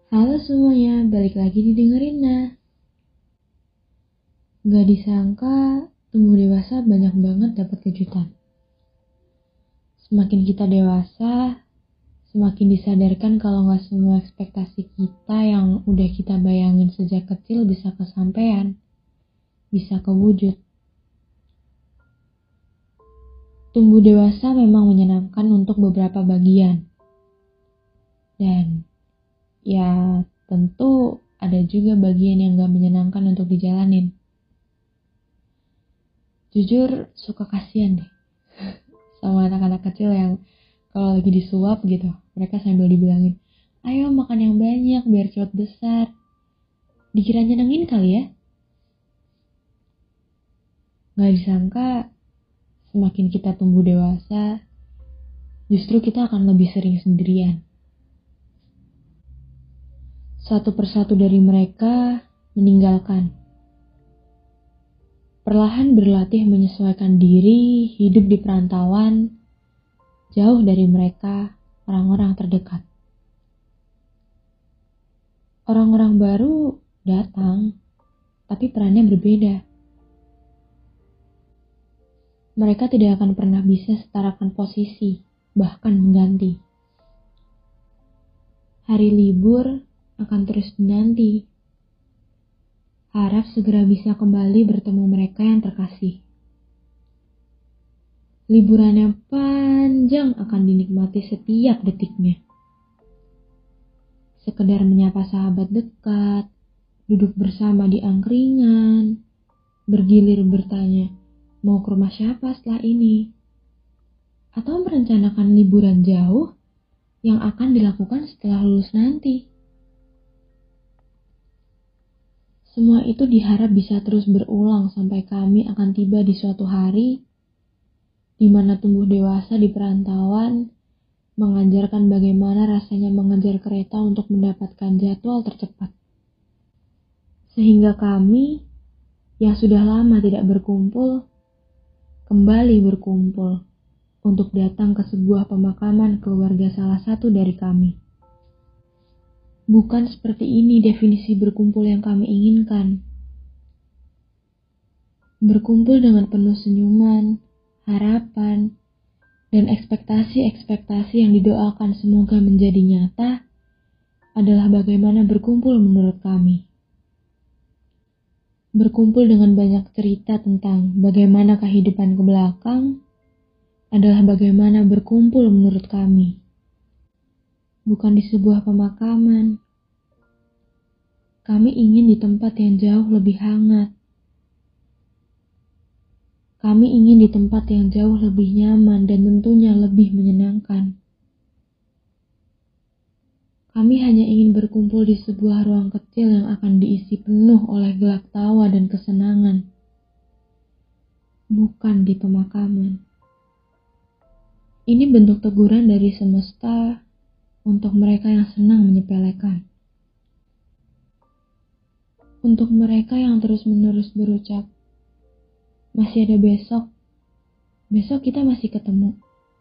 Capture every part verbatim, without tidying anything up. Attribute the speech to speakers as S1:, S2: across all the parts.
S1: Halo semuanya, balik lagi di dengerin nah. Gak disangka, tumbuh dewasa banyak banget dapat kejutan. Semakin kita dewasa, semakin disadarkan kalau gak semua ekspektasi kita yang udah kita bayangin sejak kecil bisa kesampaian, bisa kewujud. Tumbuh dewasa memang menyenangkan untuk beberapa bagian. Dan ya tentu ada juga bagian yang gak menyenangkan untuk dijalanin. Jujur suka kasihan deh sama anak-anak kecil yang kalau lagi disuap gitu, mereka sambil dibilangin, ayo makan yang banyak biar cepet besar. Dikira nyenengin kali ya. Gak disangka semakin kita tumbuh dewasa, justru kita akan lebih sering sendirian. Satu persatu dari mereka meninggalkan. Perlahan berlatih menyesuaikan diri, hidup di perantauan, jauh dari mereka, orang-orang terdekat. Orang-orang baru datang, tapi perannya berbeda. Mereka tidak akan pernah bisa setarakan posisi, bahkan mengganti. Hari libur akan terus dinanti. Harap segera bisa kembali bertemu mereka yang terkasih. Liburan yang panjang akan dinikmati setiap detiknya. Sekedar menyapa sahabat dekat, duduk bersama di angkringan, bergilir bertanya, mau ke rumah siapa setelah ini? Atau merencanakan liburan jauh yang akan dilakukan setelah lulus nanti. Semua itu diharap bisa terus berulang sampai kami akan tiba di suatu hari di mana tumbuh dewasa di perantauan mengajarkan bagaimana rasanya mengejar kereta untuk mendapatkan jadwal tercepat. Sehingga kami yang sudah lama tidak berkumpul kembali berkumpul untuk datang ke sebuah pemakaman keluarga salah satu dari kami. Bukan seperti ini definisi berkumpul yang kami inginkan. Berkumpul dengan penuh senyuman, harapan, dan ekspektasi-ekspektasi yang didoakan semoga menjadi nyata adalah bagaimana berkumpul menurut kami. Berkumpul dengan banyak cerita tentang bagaimana kehidupan ke belakang adalah bagaimana berkumpul menurut kami. Bukan di sebuah pemakaman. Kami ingin di tempat yang jauh lebih hangat. Kami ingin di tempat yang jauh lebih nyaman dan tentunya lebih menyenangkan. Kami hanya ingin berkumpul di sebuah ruang kecil yang akan diisi penuh oleh gelak tawa dan kesenangan. Bukan di pemakaman. Ini bentuk teguran dari semesta untuk mereka yang senang menyepelekan. Untuk mereka yang terus-menerus berucap, masih ada besok, besok kita masih ketemu.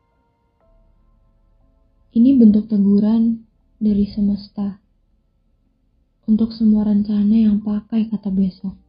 S1: Ini bentuk teguran dari semesta untuk semua rencana yang pakai kata besok.